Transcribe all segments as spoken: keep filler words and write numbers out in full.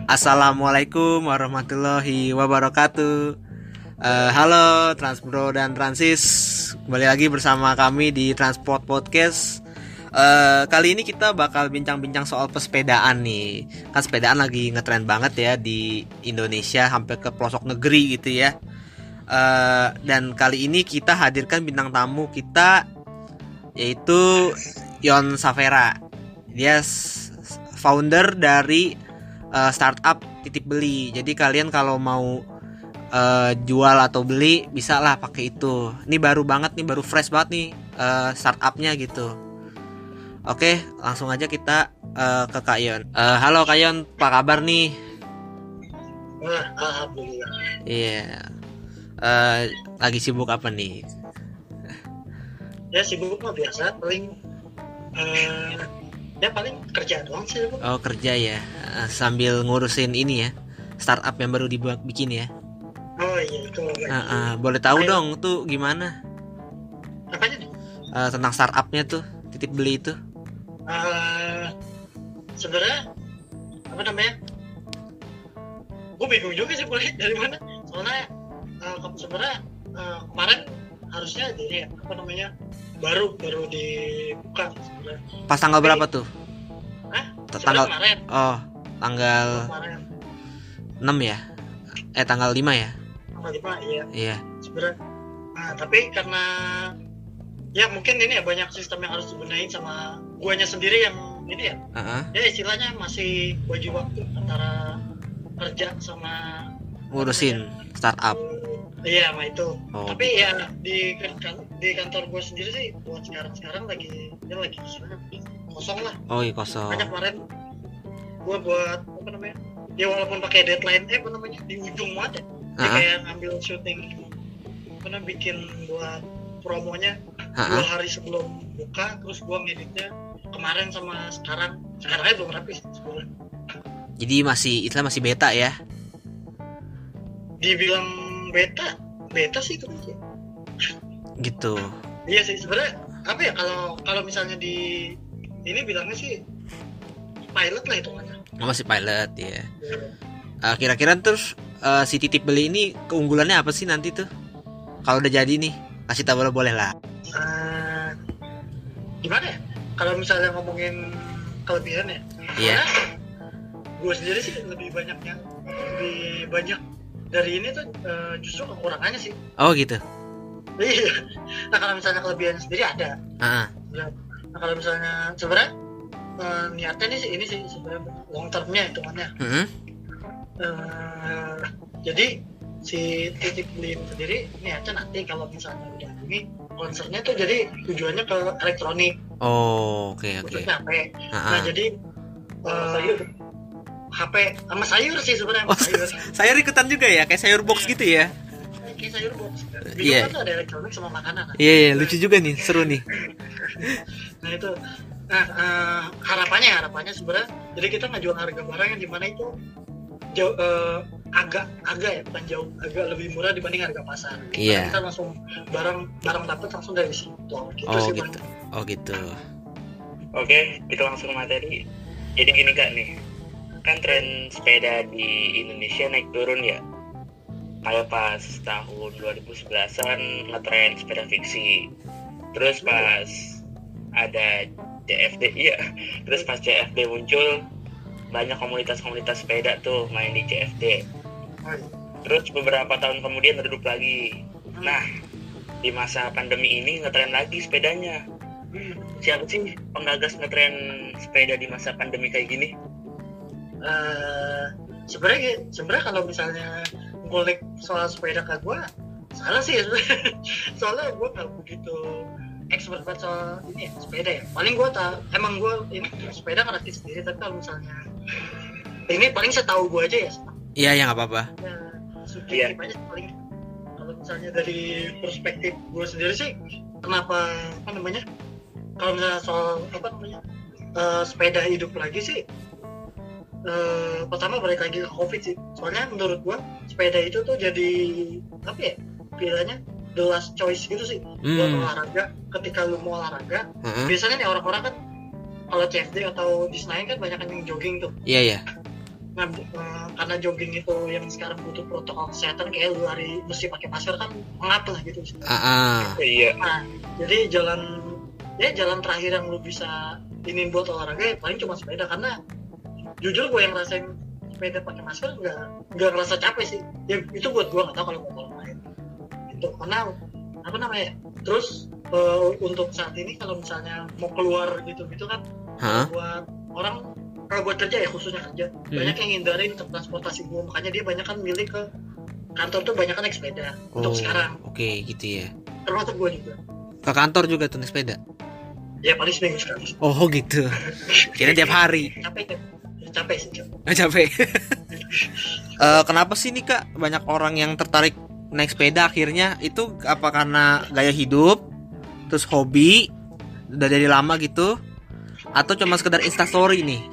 Assalamualaikum warahmatullahi wabarakatuh. Eh, halo Transbro dan Transis, kembali lagi bersama kami di Transport Podcast. Eh, kali ini kita bakal bincang-bincang soal pesepedaan nih. Kan sepedaan lagi ngetren banget ya di Indonesia, hampir ke pelosok negeri gitu ya. Eh, dan kali ini kita hadirkan bintang tamu kita, yaitu Yon Savera. Dia founder dari uh, startup titip beli. Jadi kalian kalau mau uh, jual atau beli bisa lah pakai itu. Ini baru banget nih, baru fresh banget nih uh, startupnya gitu. Oke, langsung aja kita uh, ke Kak Yon. Uh, halo Kak Yon, apa kabar nih? Alhamdulillah. Iya. Yeah. Uh, lagi sibuk apa nih? Ya sibuk mah biasa, paling uh, ya paling kerja doang sih. Oh kerja ya, uh, sambil ngurusin ini ya, startup yang baru dibikin ya. Oh iya itu. Uh, uh, boleh tahu Ayo. dong tuh gimana? Apanya nih? Uh, tentang startupnya tuh, titip beli itu. Uh, sebenarnya apa namanya? Gue bingung juga sih mulai dari mana. Soalnya uh, sebenarnya uh, kemarin harusnya jadi apa namanya? baru baru dibuka sebenarnya. Pas tanggal Tapi, berapa tuh? Hah? Tanggal kemarin. Oh, tanggal kemarin. enam ya? Eh tanggal lima ya? Tanggal lima iya. Iya. Sebenarnya. Nah, tapi karena ya mungkin ini ya banyak sistem yang harus dibenahin sama guanya sendiri yang ini ya. Uh-huh. Ya istilahnya masih bagi waktu antara kerja sama ngurusin startup. Iya, sama itu. Oh, tapi gitu. ya di di kantor gue sendiri sih buat sekarang-sekarang lagi ya lagi kosong lah. Oh iya kosong. Banyak kemarin gue buat apa namanya? Ya walaupun pakai deadline eh apa namanya di ujung banget ya. Dia Uh-huh. kayak ngambil syuting pernah bikin buat promonya Uh-huh. dua hari sebelum buka, terus gue ngeditnya kemarin sama sekarang. Sekarang aja belum rapi sebenarnya. Jadi masih istilah masih beta ya? Dibilang beta, beta sih itu aja. Gitu. Iya sih sebenarnya apa ya kalau kalau misalnya di ini bilangnya sih pilot lah itu kan. Oh, masih pilot ya. Uh, kira-kira terus uh, si titip beli ini keunggulannya apa sih nanti tuh? Kalau udah jadi nih, kasih tahu boleh lah. Uh, gimana ya? Kalau misalnya ngomongin kelebihan ya, Iya. Yeah. Gue sendiri sih lebih banyak yang lebih banyak dari ini tuh uh, justru kekurangannya sih. Oh gitu. Iya. Nah kalau misalnya kelebihan sendiri ada. Uh-huh. Nah kalau misalnya sebenarnya uh, niatnya nih sih ini sih sebenarnya long termnya hitungannya. Uh-huh. Uh, jadi si titip beli sendiri niatnya nanti kalau misalnya udah ini concernnya tuh jadi tujuannya ke elektronik. Oh oke okay, oke. Okay. Khususnya H P. Uh-huh. Nah jadi uh, H P sama sayur sih sebenarnya. Oh, sayur. sayur ikutan juga ya, kayak sayur box gitu ya? Kayak sayur box. Minuman yeah. tuh ada elektronik sama makanan. Iya yeah, yeah, lucu juga nih, seru nih. Nah itu, nah uh, harapannya harapannya sebenarnya, jadi kita ngejual harga barang yang dimana itu jauh uh, agak agak ya bukan jauh agak lebih murah dibanding harga pasar. Iya. Yeah. Kita langsung barang barang dapat langsung dari situ. Gitu oh sih, gitu. Bang. Oh gitu. Oke, kita langsung materi. Jadi gini Kak nih. Kan tren sepeda di Indonesia naik turun ya. Kayak pas tahun dua ribu sebelasan ngetren sepeda fiksi. Terus pas ada C F D, iya. Terus pas C F D muncul, banyak komunitas-komunitas sepeda tuh main di C F D. Terus beberapa tahun kemudian redup lagi. Nah, di masa pandemi ini ngetren lagi sepedanya. Siapa sih penggagas ngetren sepeda di masa pandemi kayak gini? Uh, sebenarnya sebenarnya kalau misalnya ngulik soal sepeda ke gue salah sih ya sebenarnya. Soalnya gue nggak begitu expert banget soal ini ya, sepeda ya. Paling gue tak emang gue ini sepeda ngerti sendiri, tapi kalau misalnya ini paling saya tahu gue aja ya. Iya ya nggak apa-apa. Ya, subjektif yeah. aja paling. Kalau misalnya dari perspektif gue sendiri sih, kenapa apa namanya? Kalau misalnya soal apa namanya uh, sepeda hidup lagi sih. Uh, pertama balik lagi ke COVID sih. Soalnya menurut gua sepeda itu tuh jadi apa ya? Pilihannya the last choice gitu sih. Hmm. Buat olahraga. Ketika lu mau olahraga, hmm. biasanya nih orang-orang kan kalau C F D atau di Senayan kan banyak yang jogging tuh. Iya yeah, iya. Yeah. Nah, uh, karena jogging itu yang sekarang butuh protokol kesehatan, kayak lu lari mesti pakai masker kan ngap lah gitu. Ah, ah. Iya. Nah, jadi jalan ya jalan terakhir yang lu bisa ini buat olahraga ya paling cuma sepeda, karena jujur gue yang ngerasain sepeda pakai masker nggak nggak ngerasa capek sih. Ya itu buat gue, nggak tahu kalau buat orang lain. Itu karena apa namanya? Terus uh, untuk saat ini kalau misalnya mau keluar gitu-gitu kan, Hah? buat orang kalau buat kerja ya khususnya kerja Hmm. banyak yang hindarin transportasi umum, makanya dia banyak kan milih ke kantor tuh banyak kan naik sepeda Oh, untuk sekarang, oke gitu ya. termasuk gue juga. Ke kantor juga tuh naik sepeda. Ya paling seminggu sekali. Oh gitu. Kira tiap hari. Capek ya, capek sih capek. Ah, capek. Eh, kenapa sih nih Kak banyak orang yang tertarik naik sepeda akhirnya? Itu apa karena gaya hidup, terus hobi, udah dari lama gitu, atau cuma sekedar instastory nih?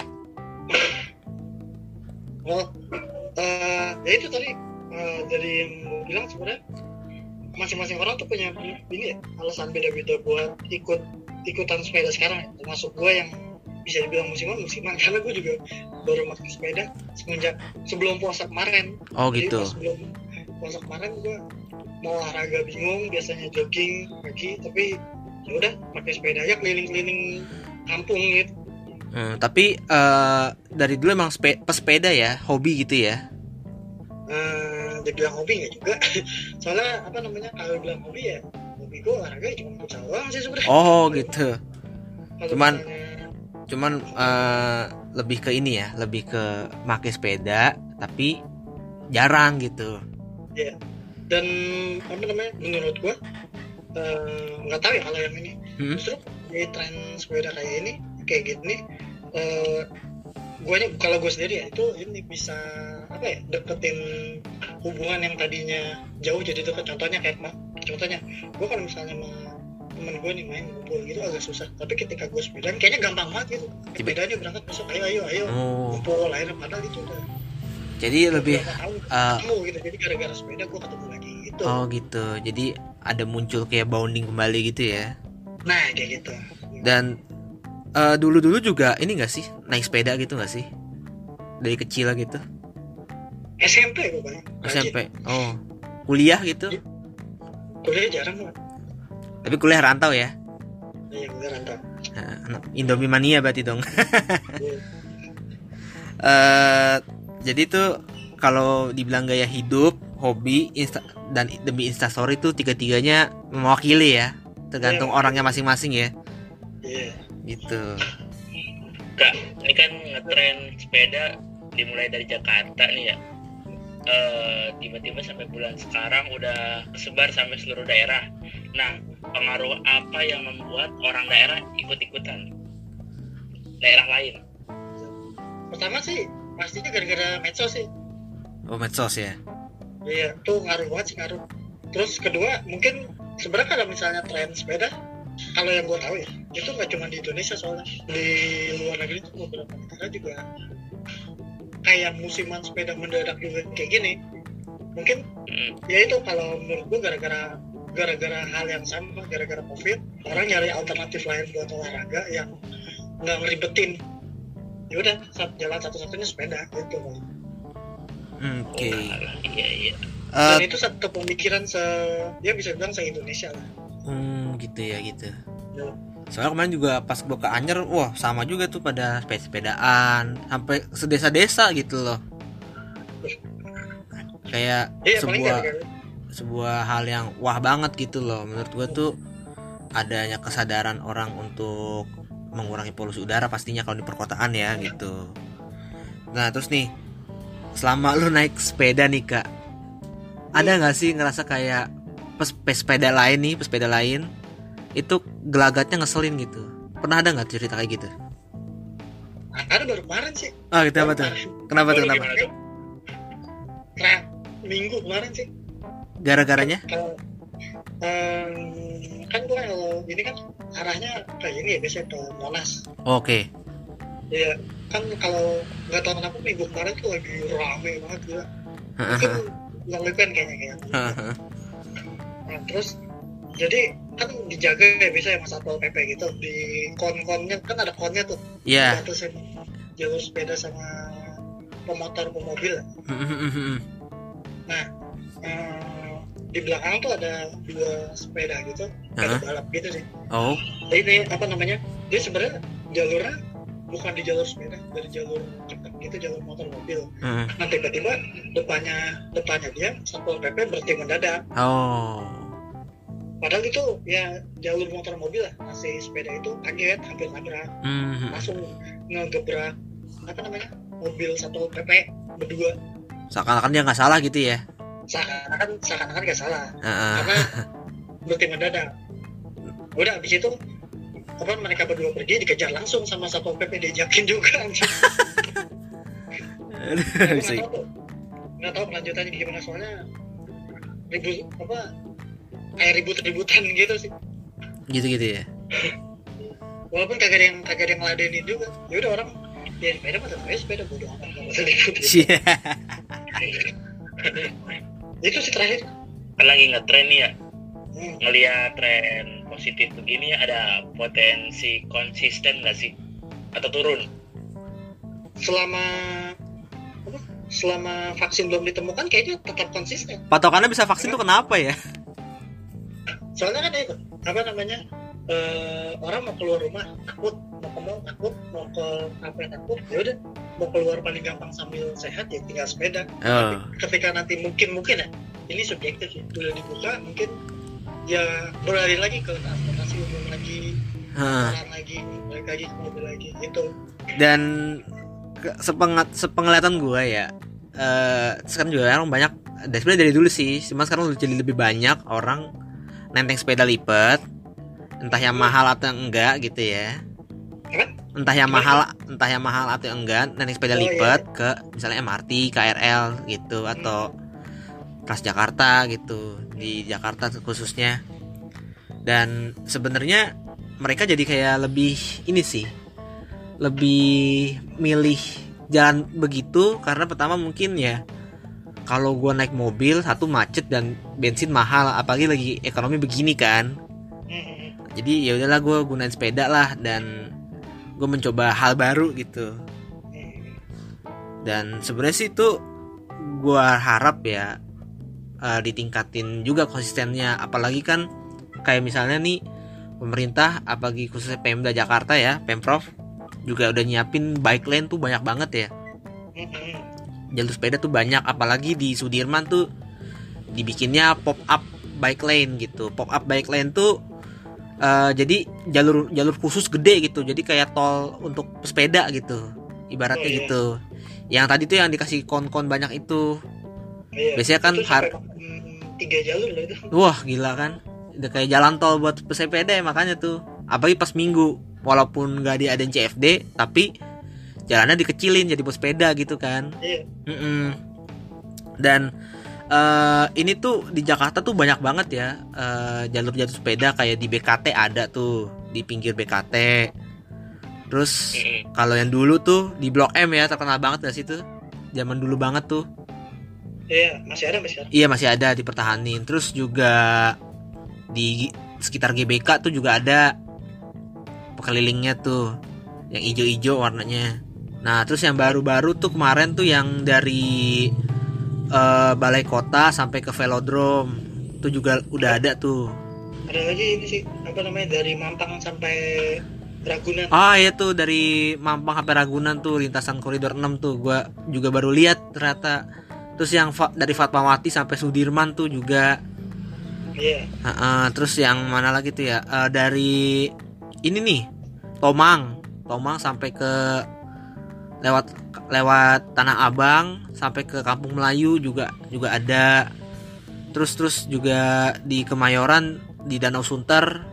Oh, uh, ya itu tadi uh, dari yang gue bilang sebenarnya masing-masing orang tuh punya ini ya, alasan beda-beda buat ikut ikutan sepeda sekarang ya. Termasuk gue yang bisa dibilang musiman musiman karena gue juga baru pakai sepeda semenjak sebelum puasa kemarin. Oh Jadi gitu. pas sebelum puasa kemarin gue mau olahraga bingung, biasanya jogging pagi, tapi ya udah pakai sepeda aja keliling-keliling kampung gitu. Hmm, tapi eh, dari dulu emang spe- pesepeda ya, hobi gitu ya? Uh, dibilang hobi nggak juga. Soalnya apa namanya, kalau bilang hobi ya hobi gue olahraga ya cuma futsal doang sih sebenarnya. Oh gitu. Kalau cuman- misalnya, Cuman eh, lebih ke ini ya, lebih ke pakai sepeda, tapi jarang gitu. ya. Dan apa namanya, menurut gue uh, nggak tahu ya kalau yang ini. Hmm? Justru di tren sepeda kayak ini kayak gini, uh, gue kalau gue sendiri ya itu ini bisa apa ya, deketin hubungan yang tadinya jauh jadi deket. Contohnya kayak mah, contohnya gue kalau misalnya sama temen gue nih main ngumpul gitu agak susah, tapi ketika gue sepedaan kayaknya gampang banget gitu. Sepedanya berangkat besok, ayo ayo ayo Oh, ngumpul akhirnya, padahal itu udah jadi lebih berapa tahun eh, ketemu gitu. Jadi gara-gara sepeda gue ketemu lagi gitu. oh gitu. Jadi ada muncul kayak bonding kembali gitu ya. Nah kayak gitu. Dan eh, dulu-dulu juga ini gak sih naik sepeda gitu gak sih? Dari kecil gitu. S M P gue banyak. S M P. Oh, kuliah gitu. Kuliah jarang banget. Tapi kuliah rantau ya. Iya gue rantau. Nah, anak Indomie mania berarti dong. Iya. Eh, jadi tuh kalau dibilang gaya hidup, hobi, insta dan demi instastory tuh tiga-tiganya mewakili ya. Tergantung Iya. orangnya masing-masing ya. Iya. Gitu. Kak, ini kan ngetren sepeda dimulai dari Jakarta nih ya. Eh, tiba-tiba sampai bulan sekarang udah kesebar sampai seluruh daerah. Nah, pengaruh apa yang membuat orang daerah ikut-ikutan daerah lain? Pertama sih pastinya gara-gara medsos sih. Oh, medsos ya. Iya, tuh ngaruh banget sih, ngaruh. Terus kedua, mungkin sebenarnya kalau misalnya tren sepeda, kalau yang gue tahu ya, itu nggak cuma di Indonesia soalnya, di luar negeri tuh beberapa negara juga kayak musiman sepeda mendadak juga kayak gini. Mungkin Hmm, ya itu kalau menurut gue gara-gara gara-gara hal yang sama, gara-gara COVID, orang nyari alternatif lain buat olahraga yang nggak ngeribetin. Ya udah, sat- jalan satu-satunya sepeda gitu. Hmm, Oke. alah, iya iya. Eh, Dan itu satu pemikiran se, ya bisa bilang se Indonesia lah. hmm, gitu ya gitu. Ya. Soalnya kemarin juga pas gua ke Anyer, wah sama juga tuh pada sepeda-sepedaan sampai sedesa-desa gitu loh. Kayak Iya, paling sebuah gara-gara sebuah hal yang wah banget gitu loh. Menurut gua tuh adanya kesadaran orang untuk mengurangi polusi udara pastinya kalau di perkotaan ya gitu. Nah terus nih, selama lu naik sepeda nih Kak, ada nggak sih ngerasa kayak pes- pesepeda lain nih, pesepeda lain itu gelagatnya ngeselin gitu? Pernah ada nggak cerita kayak gitu? ada baru kemarin sih. Ah gitu apa tuh? Kenapa tuh Oh, kenapa? gimana tuh? Nah, minggu kemarin sih. Gara-garanya? Kalau em, kan gue kalau ini kan arahnya kayak ini ya, biasanya ke Monas. Oke. Iya, kan kalau nggak tahu kenapa minggu kemarin tuh lagi rame banget gila. Mungkin long weekend kayaknya kayak. Nah, terus jadi kan dijaga ya biasa sama Satpol P P gitu, di kon-konnya kan ada konnya tuh. Iya. Batasin jalur sepeda sama pemotor pemobil. Nah, eh, di belakang tuh ada dua sepeda gitu, sepeda Uh-huh. balap gitu sih. Oh. Jadi ini apa namanya? Dia sebenarnya jalurnya bukan di jalur sepeda, dari jalur cepat gitu, jalur motor mobil. Uh-huh. Nah tiba-tiba depannya depannya dia satpol P P berhenti mendadak. Oh. Padahal itu ya jalur motor mobil lah. Nah, si sepeda itu kaget, hampir nabrak, Mhm. langsung ngegebrak apa namanya mobil satpol P P berdua. Seakan-akan dia nggak salah gitu ya. Seakan-akan seakan-akan gak salah Uh-uh. karena berhenti mendadak. Udah habis itu apa mereka berdua pergi, dikejar langsung sama satpol P P, diajakin juga. Anjir. Aku nggak Bisa. tahu tuh, nggak tahu kelanjutannya gimana, soalnya ribut apa kayak ribut-ributan gitu sih. Gitu-gitu ya. Walaupun kagak ada yang kagak ada yang ngeladenin juga. Ya udah orang ya sepeda mah tetap aja sepeda, bodo amat nggak usah ribut. Cia. Itu sih terakhir. Kan lagi ngetren nih ya, Hmm. ngelihat tren positif begini ada potensi konsisten nggak sih atau turun? Selama apa? Selama vaksin belum ditemukan kayaknya tetap konsisten. Patokannya bisa vaksin tuh kenapa ya? Soalnya kan itu apa namanya, eh, orang mau keluar rumah takut, mau ke mall takut, mau ke kafe takut, ya udah mau keluar paling gampang sambil sehat ya tinggal sepeda. Oh. Ketika nanti mungkin mungkin ya ini subjektif ya, udah dibuka mungkin ya beralih lagi ke transportasi umum lagi, Heeh. jalan lagi, balik lagi ke mobil lagi gitu. Dan ke- sepengat sepenglihatan gue ya, eh sekarang juga orang banyak, dan sebenarnya dari dulu sih, cuma sekarang jadi lebih banyak orang nenteng sepeda lipat, entah yang mahal atau yang enggak gitu ya. Apa? Entah yang Gimana? mahal, entah yang mahal atau yang enggak, nenteng sepeda Oh, iya, lipat ke misalnya M R T, K R L gitu, atau Transjakarta gitu, di Jakarta khususnya. Dan sebenarnya mereka jadi kayak lebih ini sih, lebih milih jalan begitu karena pertama mungkin ya, kalau gue naik mobil satu macet dan bensin mahal, apalagi lagi ekonomi begini kan. Hmm. Jadi ya udahlah gue gunain sepeda lah, dan gue mencoba hal baru gitu. Dan sebenarnya sih itu gue harap ya eh, ditingkatin juga konsistennya, apalagi kan kayak misalnya nih pemerintah, apalagi khususnya Pemda Jakarta ya, Pemprov juga udah nyiapin bike lane tuh banyak banget ya. Hmm. Jalur sepeda tuh banyak, apalagi di Sudirman tuh dibikinnya pop up bike lane gitu. Pop up bike lane tuh eh, jadi jalur jalur khusus gede gitu, jadi kayak tol untuk pesepeda gitu ibaratnya. Oh, iya. Gitu. Yang tadi tuh yang dikasih kon-kon banyak itu, Iya. biasanya kan Itu har- sampai, hmm, tiga jalur loh itu. wah gila kan, udah kayak jalan tol buat pesepeda ya, makanya tuh apalagi pas minggu, walaupun nggak diadain C F D tapi jalannya dikecilin jadi buat sepeda gitu kan. Iya. Mm-mm. Dan eh, ini tuh di Jakarta tuh banyak banget ya eh, jalur-jalur sepeda, kayak di B K T ada tuh, di pinggir B K T. Terus Mm-mm. kalau yang dulu tuh di Blok M ya, terkenal banget dari situ, zaman dulu banget tuh. Iya, masih ada masih ada. Iya masih ada, dipertahanin. Terus juga di sekitar G B K tuh juga ada pekelilingnya tuh, yang ijo-ijo warnanya. Nah terus yang baru-baru tuh kemarin tuh yang dari eh, Balai Kota sampai ke Velodrome itu juga udah ada tuh. Ada lagi ini sih apa namanya, dari Mampang sampai Ragunan. Ah iya tuh, dari Mampang sampai Ragunan tuh lintasan koridor enam tuh gua juga baru lihat ternyata. Terus yang fa- dari Fatmawati sampai Sudirman tuh juga. Iya. Heeh, terus yang mana lagi tuh ya? Eh, dari ini nih, Tomang, Tomang sampai ke lewat lewat Tanah Abang sampai ke Kampung Melayu juga juga ada. Terus terus juga di Kemayoran, di Danau Sunter,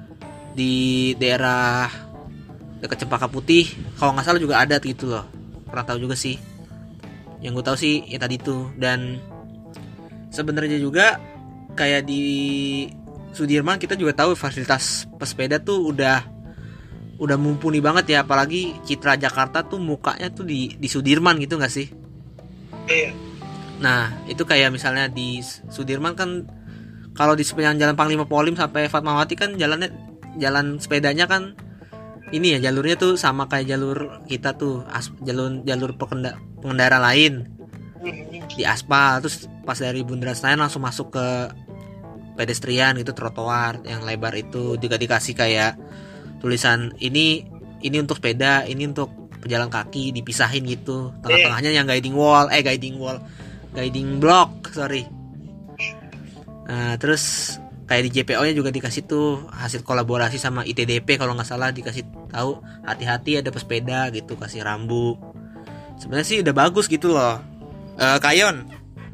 di daerah dekat Cempaka Putih, kalau nggak salah juga ada gitu loh. Kurang tahu juga sih. Yang gue tahu sih ya tadi tuh. Dan sebenarnya juga kayak di Sudirman kita juga tahu fasilitas pesepeda tuh udah udah mumpuni banget ya, apalagi Citra Jakarta tuh mukanya tuh di di Sudirman gitu nggak sih? Iya. Nah itu kayak misalnya di Sudirman kan, kalau di sepanjang jalan Panglima Polim sampai Fatmawati kan jalannya, jalan sepedanya kan ini ya jalurnya tuh sama kayak jalur kita tuh as, jalur jalur pekenda, pengendara lain di aspal, terus pas dari Bundaran Senayan langsung masuk ke pedestrian gitu, trotoar yang lebar itu juga dikasih kayak tulisan ini ini untuk sepeda, ini untuk pejalan kaki, dipisahin gitu. Tengah-tengahnya yang guiding wall, eh guiding wall, guiding block, sorry. Nah, terus kayak di J P O-nya juga dikasih tuh hasil kolaborasi sama I T D P kalau nggak salah, dikasih tahu hati-hati ada pesepeda gitu, kasih rambu. Sebenarnya sih udah bagus gitu loh. Uh, Kayon,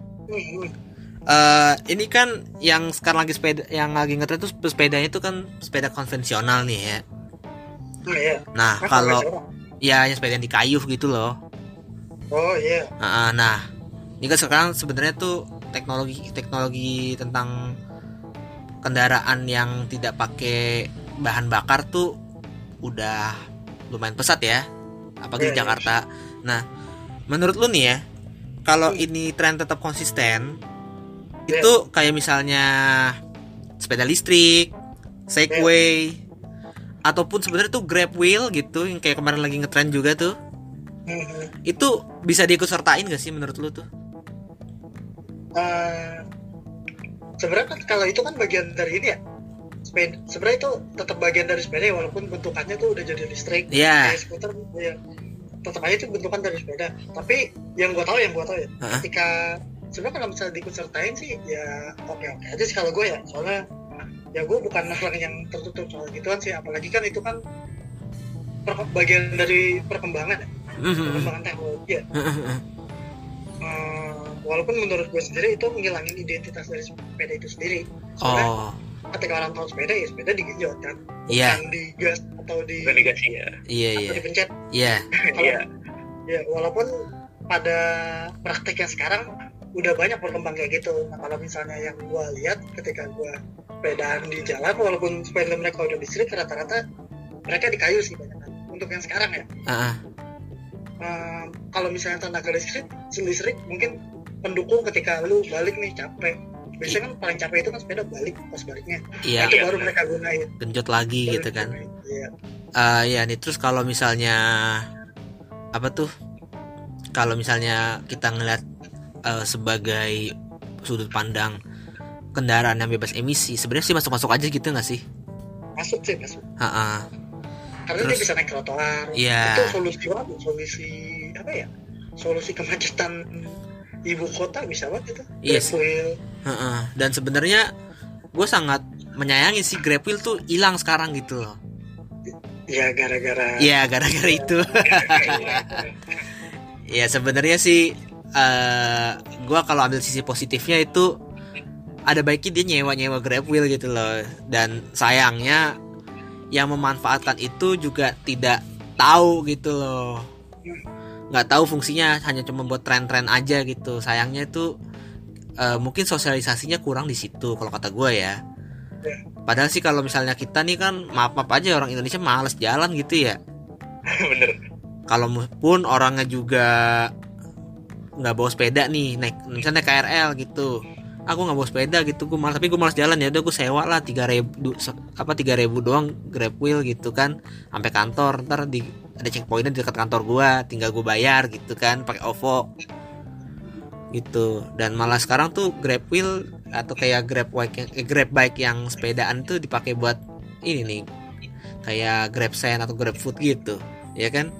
uh, ini kan yang sekarang lagi sepeda, yang lagi ngetren tuh sepedanya itu kan sepeda konvensional nih ya. Nah kalau ya yang sepeda yang dikayuh gitu loh. Oh iya. Uh, nah ini kan sekarang sebenarnya tuh teknologi teknologi tentang kendaraan yang tidak pakai bahan bakar tuh udah lumayan pesat ya, apalagi yeah, di Jakarta. Yeah. Nah, menurut lu nih ya, kalau hmm. ini tren tetap konsisten, yeah. itu kayak misalnya sepeda listrik, Segway, yeah. ataupun sebenarnya tuh Grab Wheel gitu, yang kayak kemarin lagi ngetren juga tuh, mm-hmm. itu bisa diikut sertain gak sih menurut lu tuh? Uh... Sebenarnya kan kalau itu kan bagian dari ini ya, sepeda. Sebenarnya itu tetap bagian dari sepeda ya, walaupun bentukannya tuh udah jadi listrik. Iya. Yeah. Kayak skuter ya, tetap aja itu bentukan dari sepeda. Tapi yang gua tahu yang gua tahu ya, uh-huh. ketika sebenarnya kalau misalnya diikut sertain sih ya oke oke aja sih kalau gue ya, soalnya ya gue bukan orang yang tertutup soal gituan sih, apalagi kan itu kan per- bagian dari perkembangan ya, uh-huh. perkembangan teknologi ya. Uh-huh. Uh, walaupun menurut gue sendiri itu menghilangin identitas dari sepeda itu sendiri. Soalnya oh. ketika orang tahu sepeda ya sepeda digenjot kan, yeah. bukan digas atau di navigasi ya. Iya atau iya. dipencet. Iya. Iya. Ya walaupun pada prakteknya sekarang udah banyak berkembang kayak gitu. Nah kalau misalnya yang gue lihat ketika gue sepedaan di jalan, walaupun sepeda mereka udah listrik, rata-rata mereka di kayu sih banyak kan. Untuk yang sekarang ya. Uh-huh. Uh, kalau misalnya tenaga listrik, listrik mungkin pendukung ketika lu balik nih capek. Biasanya kan paling capek itu kan sepeda balik pas baliknya. Iya. Itu iya, baru bener. mereka gunain. Genjot lagi baru gitu kan. Iya. Uh, ya nih terus kalau misalnya apa tuh? Kalau misalnya kita ngeliat uh, sebagai sudut pandang kendaraan yang bebas emisi, sebenarnya sih masuk-masuk aja gitu nggak sih? Masuk sih masuk. Ha-ha. Karena Terus, dia bisa naik trotoar. Iya. Itu solusi apa? Solusi apa ya? Solusi kemacetan ibu kota bisa banget itu. Yes. Grab Wheel. Ha-ha. Dan sebenarnya gue sangat menyayangi sih Grab Wheel tuh hilang sekarang gitu loh. Ya gara-gara. Iya gara-gara itu. Ya sebenarnya sih uh, gue kalau ambil sisi positifnya itu ada baiknya dia nyewa-nyewa Grab Wheel gitu loh. Dan sayangnya yang memanfaatkan itu juga tidak tahu gitu loh, nggak tahu fungsinya, hanya cuma buat tren-tren aja gitu. Sayangnya itu uh, mungkin sosialisasinya kurang di situ kalau kata gue ya. Padahal sih kalau misalnya kita nih kan maaf-maaf aja orang Indonesia malas jalan gitu ya. Bener. Kalau pun orangnya juga nggak bawa sepeda nih, naik misalnya K R L gitu, aku nggak bawa sepeda gitu, gue malas, tapi gue malas jalan, ya udah gue sewa lah tiga ribu apa tiga ribu doang Grab Wheel gitu kan sampai kantor, ntar di ada checkpointnya di dekat kantor gue, tinggal gue bayar gitu kan pakai O V O gitu. Dan malah sekarang tuh Grab Wheel atau kayak Grab bike yang, eh, Grab bike yang sepedaan tuh dipakai buat ini nih kayak Grab Send atau Grab Food gitu ya kan.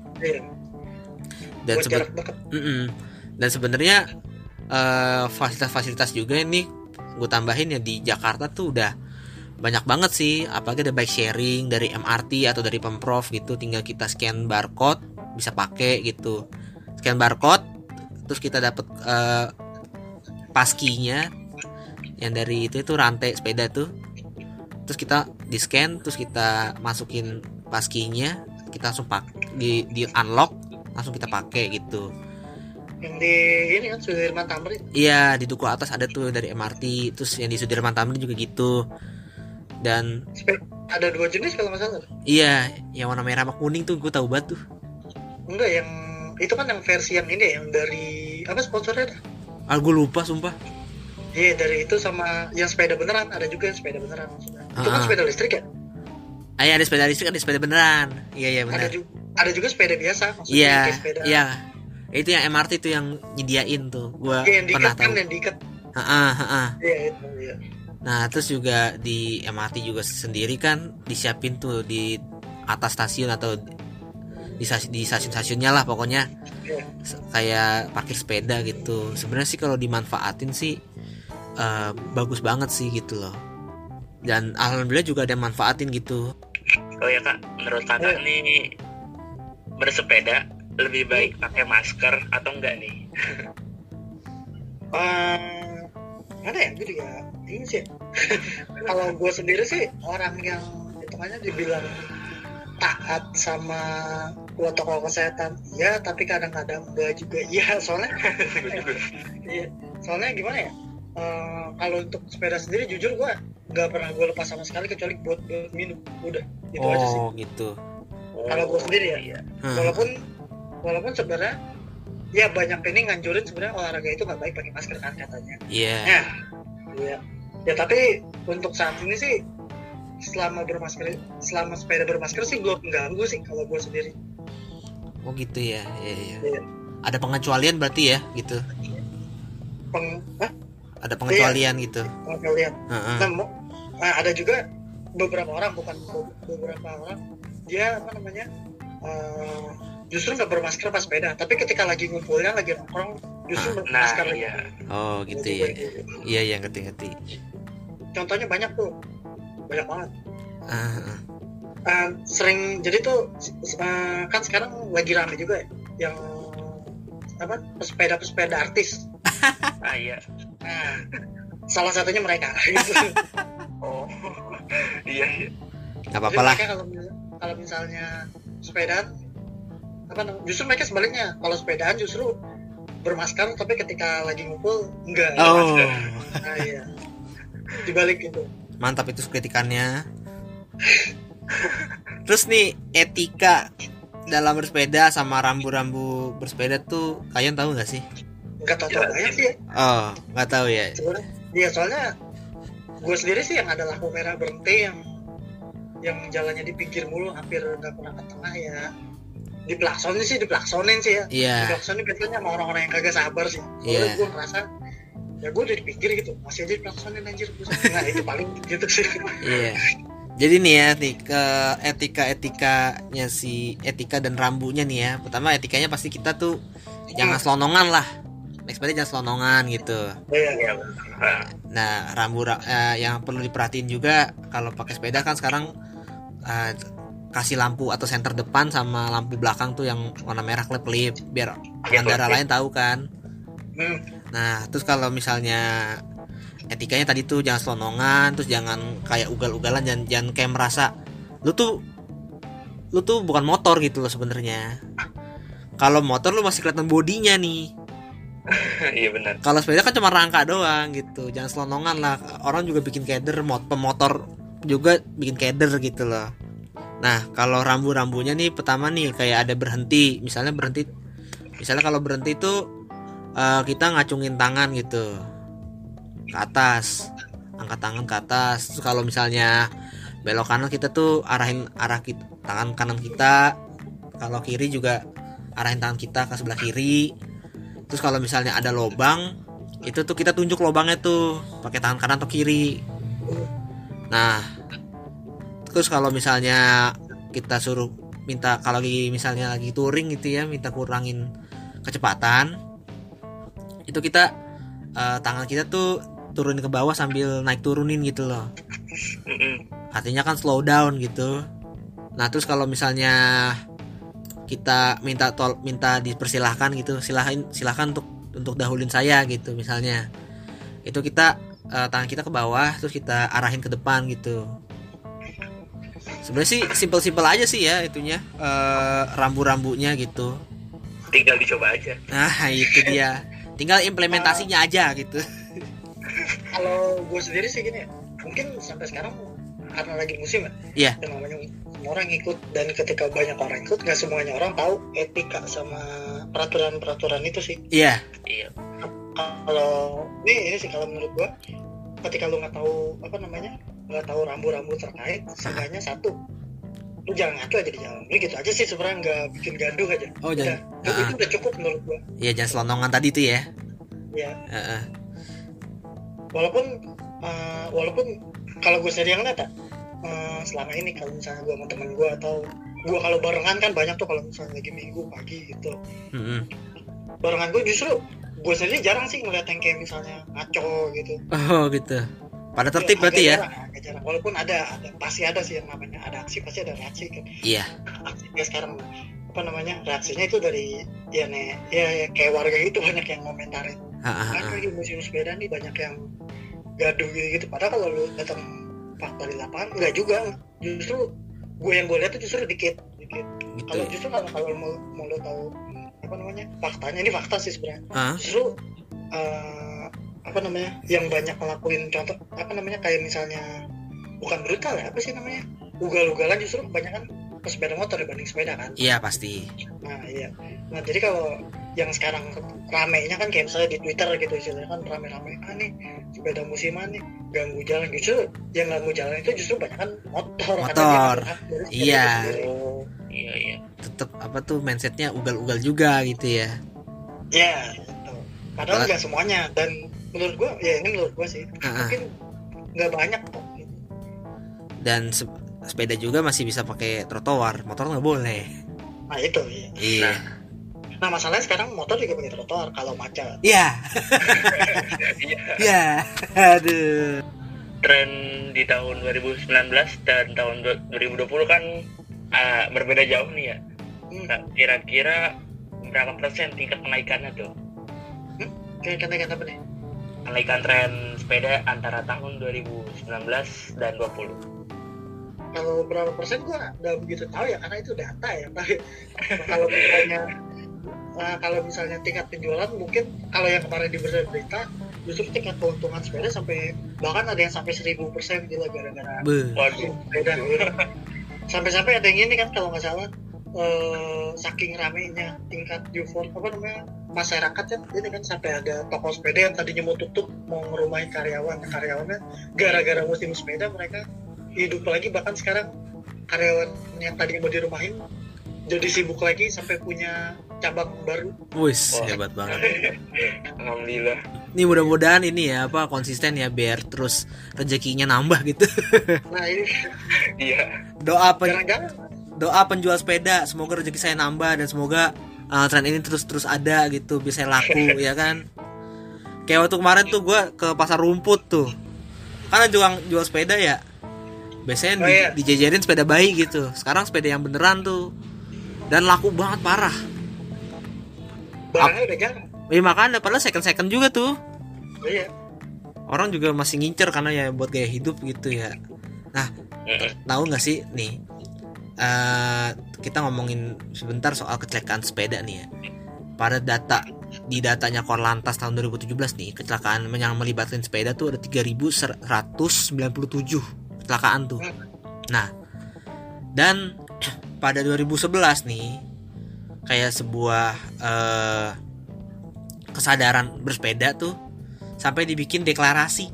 Dan sebe- dan sebenarnya Uh, fasilitas-fasilitas juga ini gue tambahin ya di Jakarta tuh udah banyak banget sih, apalagi ada bike sharing dari M R T atau dari Pemprov gitu, tinggal kita scan barcode bisa pakai gitu, scan barcode terus kita dapat uh, paskinya yang dari itu itu rantai sepeda tuh, terus kita di scan terus kita masukin paskinya, kita langsung pak di di unlock langsung kita pakai gitu. Yang di ini kan Sudirman Tamrin. Iya, di Duku Atas ada tuh dari M R T, terus yang di Sudirman Tamrin juga gitu. Dan ada dua jenis kalau nggak salah. Iya, yang warna merah sama kuning tuh gue tahu banget tuh. Enggak, yang itu kan yang versi yang ini yang dari apa sponsornya? Ah, gue lupa sumpah. Iya, dari itu sama yang sepeda beneran, ada juga yang sepeda beneran maksudnya. Itu Ah. kan sepeda listrik ya? Ah, iya, ada sepeda listrik, ada sepeda beneran. Iya iya benar. Ada juga, ada juga sepeda biasa, maksudnya Iya kayak sepeda. iya. Itu yang M R T tuh yang nyediain tuh. Gua Iya, yang pernah diikat tahu. kan, yang diikat. Heeh heeh. Iya itu. Iya. Nah terus juga di M R T juga sendiri kan disiapin tuh di atas stasiun atau di stasiun, di stasiun-stasiunnya lah pokoknya Iya. kayak parkir sepeda gitu. Sebenarnya sih kalau dimanfaatin sih uh, bagus banget sih gitu loh. Dan alhamdulillah juga ada yang manfaatin gitu. Oh ya kak, menurut kakak nih bersepeda lebih baik pakai masker atau enggak nih? Uh, mana ya, gue juga ini sih. Kalau gue sendiri sih orang yang hitungannya dibilang taat sama protokol kesehatan, iya, tapi kadang-kadang enggak juga, iya. Soalnya, iya, soalnya gimana ya? Uh, kalau untuk sepeda sendiri, jujur gue nggak pernah gue lepas sama sekali kecuali buat, buat minum, udah, gitu oh, aja sih. gitu. Kalau gue sendiri ya, Iya. Hmm. walaupun walaupun sebenarnya ya banyak ini nganjurin sebenarnya olahraga itu nggak baik pakai masker kan katanya. Iya. Nah, iya. Ya tapi untuk saat ini sih selama bermasker, selama sepeda bermasker sih belum mengganggu sih kalau gue sendiri. Oh gitu ya. Iya iya. Iya. Ada pengecualian berarti ya gitu. Peng, ah, Ada pengecualian gitu. nggak lihat. Heeh. Nah, mo- nah, ada juga beberapa orang, bukan be- beberapa orang, dia apa namanya uh, justru nggak bermasker pas sepeda, tapi ketika lagi ngumpulnya, lagi nongkrong, justru Nah bermasker lagi. iya. Oh gitu ya. Iya iya ngerti-ngerti. Contohnya banyak tuh, banyak banget. Ah, ah. Uh, sering jadi tuh uh, kan sekarang lagi rame juga ya, yang apa pesepeda-pesepeda artis. Ah iya. Nah, salah satunya mereka. Gitu. Oh iya iya. Gak Jadi apa-apa lah. mereka kalau kalau misalnya sepedaan, apa namanya, justru mereka sebaliknya, kalau sepedaan justru bermasker, tapi ketika lagi ngumpul enggak. Oh, Masker. Nah, iya. Dibalik itu. mantap itu kritikannya. Terus nih etika dalam bersepeda sama rambu-rambu bersepeda tuh kalian tahu nggak sih? Enggak tahu banyak sih ya. Oh, nggak tahu ya. Sebenarnya iya, soalnya gue sendiri sih yang ada lampu merah berhenti, yang yang jalannya di pinggir mulu, hampir nggak pernah ke tengah ya. Diplaksonin sih, diplaksonin sih ya. Iya. Diplaksonin biasanya sama orang-orang yang kagak sabar sih. Soalnya Iya. gue ngerasa ya gue udah di pinggir gitu, masih aja diplaksonin anjir. Nah itu paling gitu sih. Iya. Jadi nih ya nih ke etika-etikanya si etika dan rambunya nih ya. Pertama etikanya pasti kita tuh jangan selonongan lah. Naik sepeda jangan selonongan gitu. Iya. Iya. Ah, Nah, rambu ra- eh, yang perlu diperhatiin juga kalau pakai sepeda kan sekarang eh, kasih lampu atau senter depan sama lampu belakang tuh yang warna merah kelip-kelip biar Iya, pengendara kelip. lain tahu kan. Hmm. Nah, terus kalau misalnya etikanya tadi tuh jangan selonongan, terus jangan kayak ugal-ugalan, jangan jangan kayak merasa lu tuh lu tuh bukan motor gitu loh sebenarnya. Kalau motor lu masih kelihatan bodinya nih. iya benar. Kalau sepeda kan cuma rangka doang gitu. Jangan selonongan lah. Orang juga bikin keder, mot pemotor juga bikin keder gitu loh. Nah, kalau rambu-rambunya nih pertama nih kayak ada berhenti. Misalnya berhenti misalnya kalau berhenti tuh uh, kita ngacungin tangan gitu ke atas, angkat tangan ke atas. Terus kalau misalnya belok kanan kita tuh arahin arah kita, tangan kanan kita. Kalau kiri juga arahin tangan kita ke sebelah kiri. Terus kalau misalnya ada lobang, itu tuh kita tunjuk lobangnya tuh pakai tangan kanan atau kiri. Nah, terus kalau misalnya kita suruh minta, kalau lagi misalnya lagi touring gitu ya, minta kurangin kecepatan, itu kita uh, tangan kita tuh turunin ke bawah sambil naik turunin gitu loh. Mm-mm. Artinya kan slow down gitu. Nah, terus kalau misalnya kita minta tol minta dipersilahkan gitu, silakan silahkan untuk untuk dahulin saya gitu misalnya, itu kita uh, tangan kita ke bawah terus kita arahin ke depan gitu. Sebenarnya sih simpel-simpel aja sih ya itunya, uh, rambu-rambunya gitu. Tinggal dicoba aja. Nah itu dia, tinggal implementasinya aja gitu. Kalau gue sendiri sih gini ya, mungkin sampai sekarang karena lagi musim ya, Iya. yang namanya semua orang ikut, dan ketika banyak orang ikut nggak semuanya orang tahu etika sama peraturan-peraturan itu sih. Iya. Iya. Kalau ini, ini sih kalau menurut gue, ketika lu nggak tahu apa namanya, nggak tahu rambu-rambu terkait, seenggaknya satu, lu jangan ngaco aja di jalan. Ini gitu aja sih sebenarnya, nggak bikin gaduh aja. Oh, udah, jangan. itu Uh-uh. udah cukup menurut gua. Iya, jangan selonongan tadi tuh ya. Ya. Uh-uh. Walaupun uh, walaupun kalau gue sendiri yang lihat ya, uh, selama ini kalau misalnya gue sama temen gue atau gue kalau barengan kan banyak tuh kalau misalnya lagi minggu pagi gitu. Mm-hmm. Barengan gue justru gue sendiri jarang sih ngeliat yang kayak misalnya ngaco gitu. Oh gitu. Pada tertib Ya, berarti ya? jarang, agak jarang. Walaupun ada, ada pasti ada sih yang namanya ada aksi, pasti ada reaksi kan. Iya. Aksinya sekarang apa namanya, reaksinya itu dari ya nih ya, ya kayak warga itu banyak yang ngomentarin. Kan lagi musim sepeda nih banyak yang gaduh gitu-gitu. Padahal kalau lu datang fakta di lapangan enggak juga. Justru gue yang gue lihat tuh justru dikit, dikit. Gitu. Kalau justru kalau kalau mau mau lo tahu apa namanya faktanya, ini fakta sih sebenarnya. Uh. Justru uh, apa namanya yang banyak ngelakuin contoh apa namanya kayak misalnya bukan brutal ya, apa sih namanya, ugal-ugalan justru kebanyakan pesepeda motor dibanding sepeda kan. Iya pasti. Nah iya. Nah jadi kalau yang sekarang ramenya kan kayak misalnya di Twitter gitu istilahnya kan rame-rame, ah nih sepeda musiman nih ganggu jalan, justru yang ganggu jalan itu justru banyak kan motor. Motor. Iya. Oh, iya iya. Tetap apa tuh mindsetnya ugal-ugal juga gitu ya. Iya. Gitu. Padahal nggak semuanya, dan menurut gua ya ini menurut gua sih uh-uh. mungkin nggak banyak kok. Dan se- sepeda juga masih bisa pakai trotoar, motor nggak boleh. Nah itu iya. Iya. Nah, nah masalahnya sekarang motor juga pakai trotoar kalau macet. Iya. Iya. Aduh. Tren di tahun dua ribu sembilan belas dan tahun dua ribu dua puluh kan uh, berbeda jauh nih ya. Hmm. Nah, kira-kira berapa persen tingkat kenaikannya tuh? Hmm? Kenaikan apa nih? Kenaikan tren sepeda antara tahun dua ribu sembilan belas dan dua puluh. Kalau berapa persen gua nggak begitu tahu ya, karena itu data ya. Kalau misalnya nah, kalau misalnya tingkat penjualan mungkin kalau yang kemarin di berita justru tingkat keuntungan sepeda sampai bahkan ada yang sampai seribu persen gila gara-gara Waduh. sepeda. Sampai-sampai ada yang ini kan kalau nggak salah eh, saking ramenya tingkat eufor apa namanya masyarakat ya, ini kan sampai ada toko sepeda yang tadinya mau tutup mau ngerumahin karyawan karyawannya gara-gara musim sepeda mereka hidup lagi, bahkan sekarang karyawan yang tadinya mau dirumahin jadi sibuk lagi sampai punya cabang baru. Wis, Wah. hebat banget. Alhamdulillah. Nih mudah-mudahan ini ya apa konsisten ya biar terus rezekinya nambah gitu. Nah ini Iya. Doa pen- jangan-jangan doa penjual sepeda, semoga rezeki saya nambah dan semoga uh, tren ini terus-terus ada gitu, bisa laku ya kan. Kayak waktu kemarin tuh gue ke pasar rumput tuh, karena jual jual sepeda ya. Biasanya Oh, di, iya. dijajarin sepeda bayi gitu. Sekarang sepeda yang beneran tuh. Dan laku banget parah. barangnya udah jarang. Eh makanya padahal second-second juga tuh. Iya. Orang juga masih ngincer karena ya buat gaya hidup gitu ya. Nah, tahu nggak sih nih? Uh, kita ngomongin sebentar soal kecelakaan sepeda nih ya. Pada data di datanya Korlantas tahun dua ribu tujuh belas nih, kecelakaan yang melibatkan sepeda tuh ada tiga ribu seratus sembilan puluh tujuh kecelakaan tuh. Nah, dan pada dua ribu sebelas nih kayak sebuah uh, kesadaran bersepeda tuh sampai dibikin deklarasi.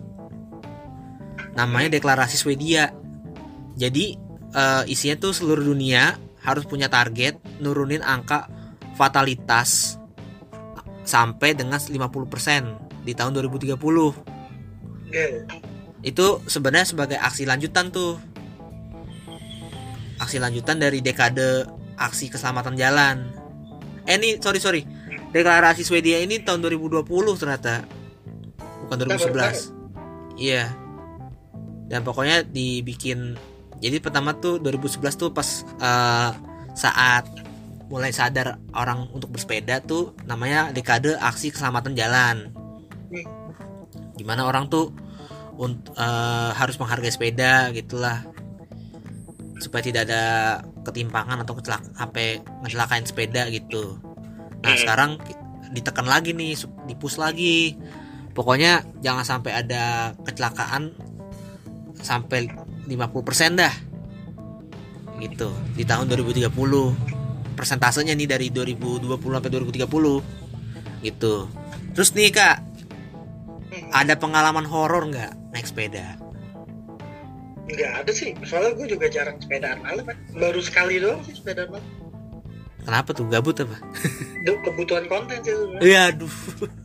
Namanya deklarasi Swedia. Jadi uh, isinya tuh seluruh dunia harus punya target nurunin angka fatalitas sampai dengan lima puluh persen di tahun dua ribu tiga puluh. Oke. Itu sebenarnya sebagai aksi lanjutan tuh. Aksi lanjutan dari dekade aksi keselamatan jalan. Eh ini sorry sorry deklarasi Swedia ini tahun dua ribu dua puluh ternyata, bukan dua ribu sebelas. Iya. Dan pokoknya dibikin. Jadi pertama tuh dua ribu sebelas tuh pas uh, saat mulai sadar orang untuk bersepeda tuh namanya dekade aksi keselamatan jalan. Gimana orang tuh unt, uh, harus menghargai sepeda gitulah, supaya tidak ada ketimpangan atau kecelak sampai ngecelakain sepeda gitu. Nah sekarang ditekan lagi nih, dipus lagi. Pokoknya jangan sampai ada kecelakaan sampai lima puluh persen dah. Gitu di tahun dua ribu tiga puluh. Persentasenya nih dari dua ribu dua puluh sampai dua ribu tiga puluh. Gitu. Terus nih Kak, ada pengalaman horor enggak naik sepeda? Nggak ada sih, soalnya gue juga jarang sepedaan malam kan. Baru sekali doang sih sepedaan malam. Kenapa tuh, gabut apa? Duh, kebutuhan konten sih sebenarnya. Iya, aduh.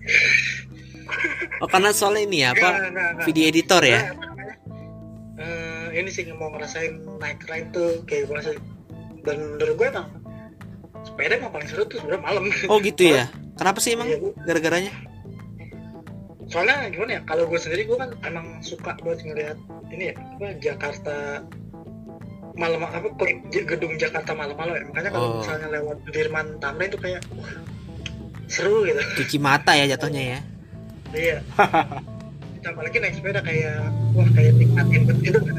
Oh, karena soalnya ini ya, apa? Nggak, nggak, nggak. Video editor ya? Nah, apa namanya? Eh, ini sih mau ngerasain naik ride tuh kayak gue sih. Dan menurut gue emang sepeda emang paling seru tuh sebenarnya malam. Oh gitu ya? Kenapa sih emang? Iya, Bu. Gara-garanya? Soalnya gimana ya, kalau gue sendiri gue kan emang suka buat ngeliat ini ya, apa Jakarta malam, apa gedung Jakarta malam-malam ya. Makanya kalau Oh. misalnya lewat Sudirman Tamrin itu kayak wah, seru gitu. Cuci mata ya jatuhnya ya? Iya. Ditambah lagi naik sepeda kayak wah kayak nikmatin betul gitu.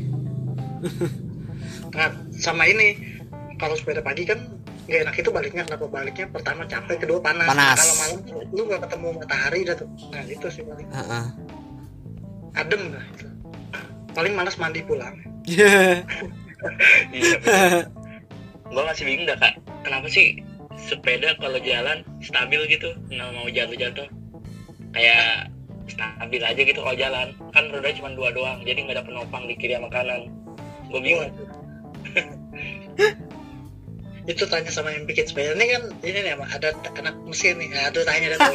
Nah, sama ini kalau sepeda pagi kan nggak enak itu baliknya. Kenapa baliknya? Pertama capek, kedua panas. Panas. Nah, kalau malam tuh lu nggak ketemu matahari dah tuh. Nah itu sih paling Heeh. adem lah itu. Paling malas mandi pulang. Iya. Iya bener. Gue masih bingung dah kak, kenapa sih sepeda kalau jalan stabil gitu, nggak mau jatuh-jatuh, kayak stabil aja gitu kalau jalan. Kan roda cuma dua doang, jadi nggak ada penopang di kiri sama kanan. Gue bingung. Itu tanya sama yang bikin sepeda ini kan, ini nih ada anak mesin nih. Nah, aduh tanya dah tuh.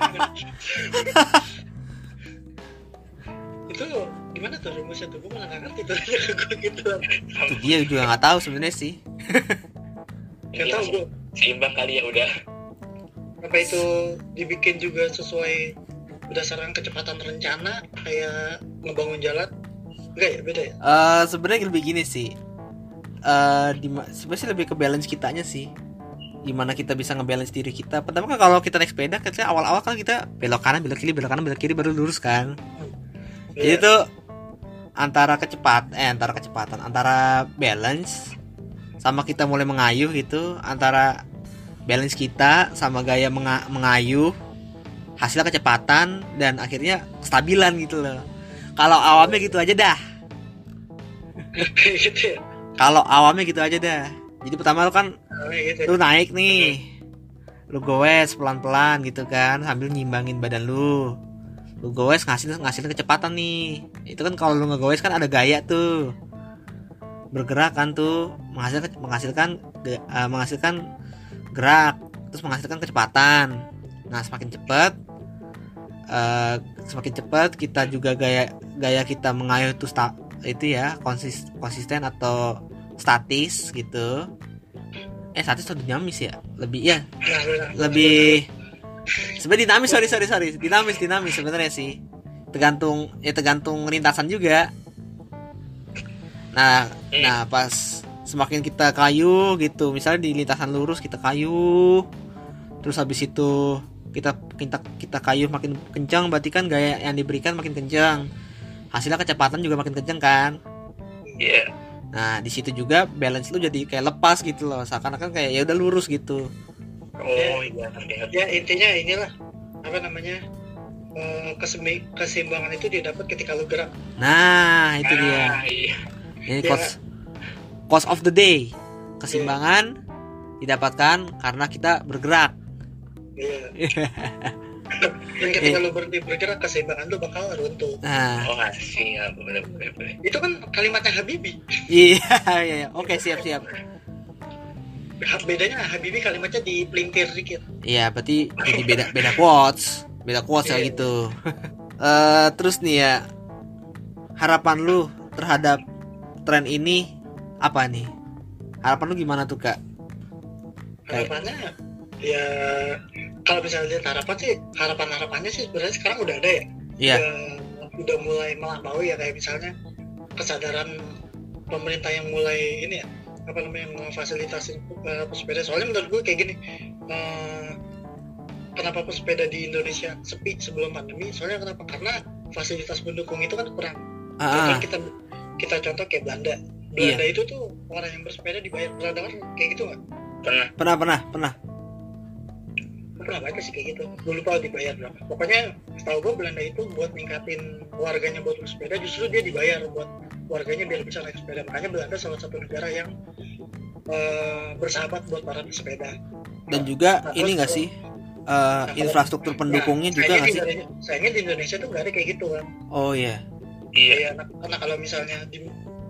Itu gimana tuh rumusnya tuh? Gue malah nggak ngerti tuh ke gue gitu. Itu dia juga nggak tahu sebenarnya sih. Nggak tahu gue. Seimbang kali ya udah. Apa itu dibikin juga sesuai berdasarkan kecepatan rencana kayak ngebangun jalan? Enggak ya, beda ya? Eh sebenarnya lebih gini sih. Eh di sebenarnya sih lebih ke balance kitanya sih. Gimana kita bisa ngebalance diri kita. Pertama kan kalau kita naik sepeda, kita awal-awal kan kita belok kanan, belok kiri, belok kanan, belok kiri baru lurus kan. Jadi Iya. tuh antara kecepat eh antara kecepatan, antara balance sama kita mulai mengayuh gitu, antara balance kita sama gaya menga- mengayuh, hasilnya kecepatan dan akhirnya kestabilan gitu loh. Kalau awamnya gitu aja dah. gitu ya. Kalau awamnya gitu aja dah. Jadi pertama lu kan Oh, gitu ya. lu naik nih, lu goes pelan-pelan gitu kan sambil nyimbangin badan lu. Lu goes ngasilin ngasilin kecepatan nih. Itu kan kalau lu ngegoes kan ada gaya tuh. Bergerak kan tuh menghasilkan menghasilkan uh, menghasilkan gerak, terus menghasilkan kecepatan. Nah, semakin cepat uh, semakin cepat kita juga gaya gaya kita mengayuh itu sta, itu ya konsis, konsisten atau statis gitu. Eh statis atau dinamis ya? Lebih ya, Nah, benar. lebih sebenarnya dinamis, sorry sorry sorry dinamis dinamis sebenarnya sih, tergantung ya tergantung lintasan juga. Nah nah pas semakin kita kayu gitu, misalnya di lintasan lurus kita kayu, terus habis itu kita kita kita kayu makin kencang, berarti kan gaya yang diberikan makin kencang, hasilnya kecepatan juga makin kencang kan. Iya. Nah di situ juga balance lu jadi kayak lepas gitu loh, seakan-akan kayak ya udah lurus gitu. Oh iya ngerti. Ya intinya inilah apa namanya eh, kesembi- keseimbangan itu didapat ketika lu gerak. Nah itu dia. Ah, iya. Ini Iya. cost cost of the day. Keseimbangan didapatkan karena kita bergerak. Iya. Dan ketika lu berhenti bergerak, keseimbangan lu bakal runtuh. Nah, Oh siap, bener bener bener. Itu kan kalimatnya Habibie. iya iya iya. Oke, siap siap. Bedanya Habibie kalimatnya dipelintir dikit. Iya, berarti jadi beda beda quotes. Beda quotes ya Iya. gitu. Eh terus nih ya, harapan lu terhadap tren ini apa nih? Harapan lu gimana tuh, Kak? Kayak- Harapannya ya kalau misalnya lihat harapan sih, harapan harapannya sih sebenarnya sekarang udah ada ya. Iya. Udah, udah mulai melampaui ya, kayak misalnya kesadaran pemerintah yang mulai ini ya, apa namanya, memfasilitasi uh, pesepeda. Soalnya menurut gue kayak gini, uh, kenapa pesepeda di Indonesia sepi sebelum pandemi? Soalnya kenapa? Karena fasilitas pendukung itu kan kurang. Ah, Contoh kita kita contoh kayak Belanda. Belanda itu tuh orang yang bersepeda dibayar. Pernah dengar kayak gitu nggak? Pernah. pernah pernah pernah. Gue pernah baca sih kayak gitu. Gue lupa dibayar berapa. Pokoknya setahu gue Belanda itu buat ningkatin warganya buat bersepeda, justru dia dibayar buat warganya biar bisa naik sepeda. Makanya Belanda salah satu negara yang uh, bersahabat buat para pesepeda. Dan juga Nah, ini terus nggak kalau- sih eh, infrastruktur pendukungnya Nah, juga sayangnya nggak di sih? Indonesia- sayangnya di Indonesia tuh nggak ada kayak gitu kan. Oh iya. Iya. Kayak, karena kalau misalnya di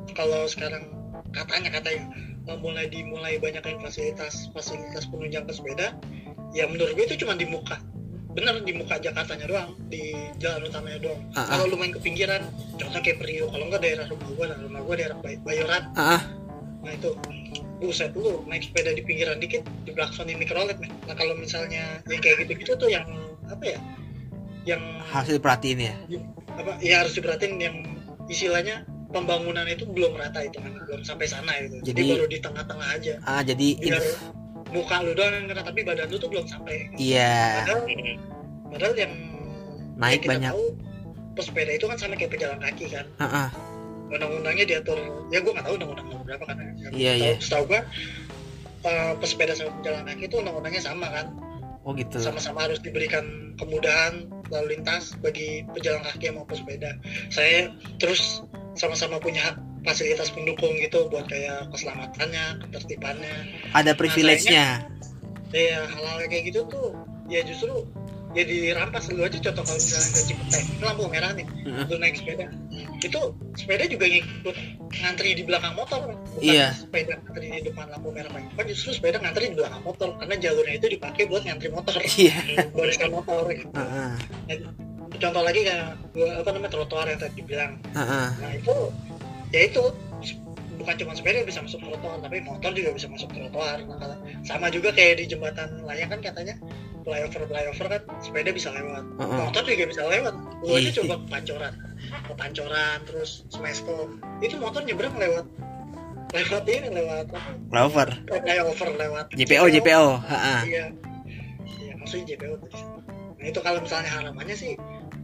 kalau sekarang katanya katanya mulai dimulai banyakin fasilitas fasilitas penunjang pesepeda, ya menurut gue itu cuma di muka, bener di muka Jakartanya doang, di jalan utamanya doang. Uh-uh. Kalau lu main ke pinggiran, contohnya kayak Priok, kalau enggak daerah rumah gue, nah rumah gue daerah Bay- Bayoran, uh-uh. nah itu buset, lu naik sepeda di pinggiran dikit diblaksonin mikrolet nih. Nah kalau misalnya yang kayak gitu-gitu tuh yang apa ya, yang harus diperhatiin ya, apa ya harus diperhatiin, yang istilahnya pembangunan itu belum rata, itu kan belum sampai sana gitu. Jadi, jadi baru di tengah-tengah aja. Ah, jadi biar inf- muka lu doang yang kena, tapi badan lu tuh belum sampai. Iya. Padahal, padahal yang naik yang kita banyak. tahu pesepeda itu kan sama kayak pejalan kaki kan. Uh-uh. Undang-undangnya diatur, ya gue nggak tahu undang-undang berapa kan. Iya iya. Setahu gue uh, pesepeda sama pejalan kaki itu undang-undangnya sama kan. Oh gitu. Sama-sama harus diberikan kemudahan lalu lintas bagi pejalan kaki sama pesepeda. Saya terus sama-sama punya fasilitas pendukung gitu buat kayak keselamatannya, ketertibannya. Ada privilege-nya. Ya hal-hal kayak gitu tuh ya justru ya dirampas. Lu aja contoh kalau misalnya ke Cipete, lampu merah nih, uh-huh. lu naik sepeda, itu sepeda juga ngikut ngantri di belakang motor, bukan iya. sepeda ngantri di depan lampu merah paling depan, justru sepeda ngantri di belakang motor karena jalurnya itu dipakai buat ngantri motor, iya. barisan motor gitu. Uh-huh. Nah, contoh lagi kayak apa namanya trotoar yang tadi bilang, uh-huh. nah itu ya itu bukan cuma sepeda bisa masuk trotoar, tapi motor juga bisa masuk trotoar. Nah, sama juga kayak di jembatan layang kan katanya flyover flyover kan sepeda bisa lewat, uh-uh. motor juga bisa lewat. Lu aja coba ke Pancoran, ke Pancoran terus Smesko, itu motor nyebrang lewat lewat ini lewat flyover, flyover lewat J P O J P O, heeh. Iya, iya maksudnya J P O tadi. Nah itu kalau misalnya harapannya sih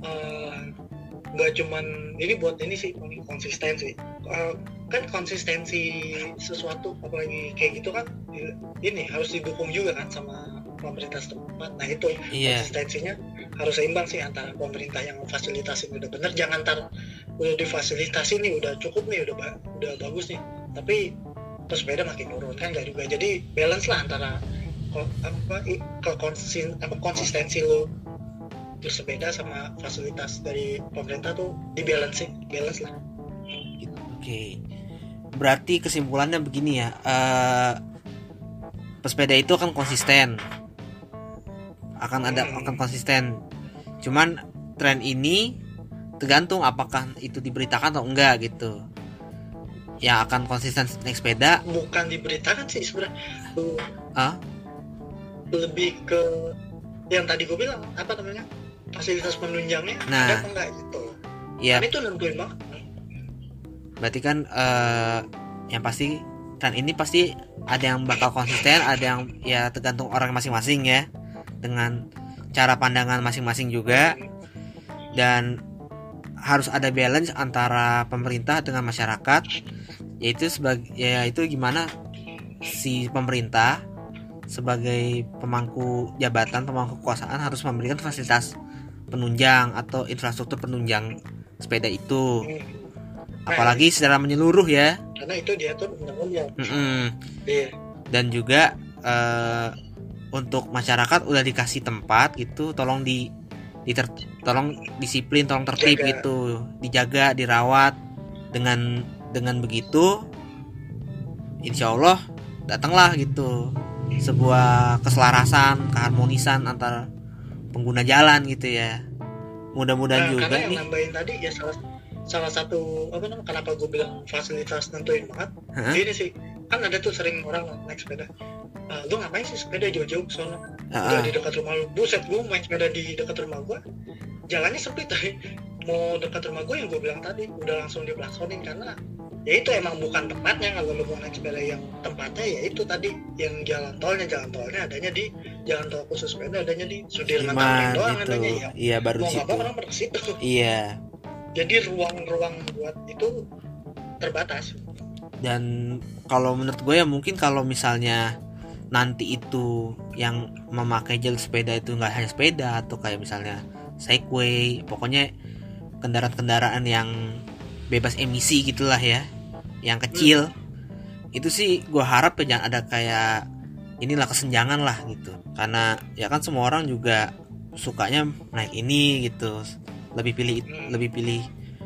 nggak uh, cuman ini buat ini sih konsistensi. Uh, kan konsistensi sesuatu apalagi kayak gitu kan ini harus didukung juga kan sama pemerintah setempat. Nah itu yeah. konsistensinya harus seimbang sih antara pemerintah yang memfasilitasi udah bener, jangan ntar udah difasilitasi nih udah cukup nih udah ba- udah bagus nih tapi pesepeda makin turun kan nggak juga. Jadi balance lah antara apa ke konsin, apa konsistensi lo bersepeda sama fasilitas dari pemerintah tuh di balance sih, balance lah. Oke, okay. Berarti kesimpulannya begini ya, uh, pesepeda itu akan konsisten, akan ada hmm. akan konsisten. Cuman tren ini tergantung apakah itu diberitakan atau enggak gitu. Yang akan konsisten naik sepeda bukan diberitakan sih sebenarnya, huh? lebih ke yang tadi gue bilang apa namanya fasilitas penunjangnya nah, ada apa enggak gitu. Iya. Kan itu nentuin banget. Berarti kan uh, yang pasti tren ini pasti ada yang bakal konsisten, ada yang ya tergantung orang masing-masing ya, dengan cara pandangan masing-masing juga, dan harus ada balance antara pemerintah dengan masyarakat, yaitu sebagai yaitu gimana si pemerintah sebagai pemangku jabatan, pemangku kekuasaan harus memberikan fasilitas penunjang atau infrastruktur penunjang sepeda itu. Apalagi secara menyeluruh ya. Karena itu diatur undang-undang. Iya. Dan juga uh, untuk masyarakat udah dikasih tempat gitu, tolong di, diter, tolong disiplin, tolong tertib jaga. Gitu, dijaga, dirawat. Dengan dengan begitu, insya Allah datanglah gitu sebuah keselarasan, keharmonisan antar pengguna jalan gitu ya. Mudah-mudahan nah, juga karena yang nih. Nambahin tadi ya salah salah satu apa namanya kenapa gue bilang fasilitas nentuin banget. Huh? Ini sih kan ada tuh sering orang naik sepeda. Uh, lu ngapain sih sepeda jauh-jauh soalnya uh-uh. udah di dekat rumah lu. Buset, gue main sepeda di dekat rumah gue. Jalannya sempit tadi. Mau dekat rumah gue yang gue bilang tadi udah langsung diblaksonin karena ya itu emang bukan tempatnya. Kalau lu mau naik sepeda yang tempatnya ya itu tadi yang jalan tolnya jalan tolnya adanya di jalan tol khusus sepeda adanya di Sudirman Tamrin doang gitu. Adanya ya. Iya baru mau situ. Mau orang pada situ. Iya. Jadi ruang-ruang buat itu terbatas. Dan kalau menurut gue ya mungkin kalau misalnya nanti itu yang memakai jalur sepeda itu nggak hanya sepeda atau kayak misalnya Segway, pokoknya kendaraan-kendaraan yang bebas emisi gitulah ya, yang kecil, hmm. itu sih gue harap ya jangan ada kayak inilah kesenjangan lah gitu, karena ya kan semua orang juga sukanya naik ini gitu, lebih pilih hmm. lebih pilih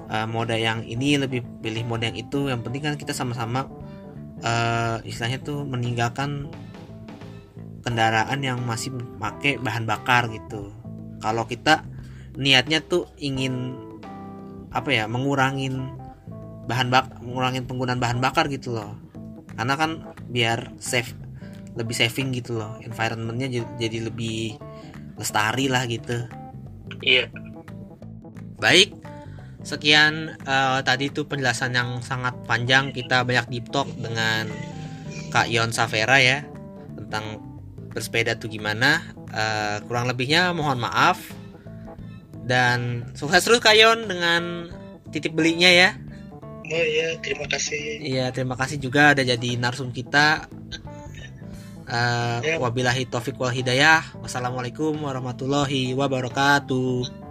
uh, mode yang ini, lebih pilih mode yang itu. Yang penting kan kita sama-sama uh, istilahnya tuh meninggalkan kendaraan yang masih pakai bahan bakar gitu. Kalau kita niatnya tuh ingin apa ya, mengurangin bahan bak mengurangin penggunaan bahan bakar gitu loh. Karena kan biar safe, lebih saving gitu loh, environmentnya jadi, jadi lebih lestari lah gitu. Iya. Baik, sekian uh, tadi tuh penjelasan yang sangat panjang. Kita banyak deep talk dengan Kak Yon Savera ya tentang bersepeda tuh gimana. Uh, kurang lebihnya mohon maaf. Dan sukses terus Kak Yon dengan titip belinya ya. Oh iya, terima kasih. Iya, terima kasih juga udah jadi narsum kita. Uh, Ya. Wabillahi taufiq wal hidayah. Wassalamualaikum warahmatullahi wabarakatuh.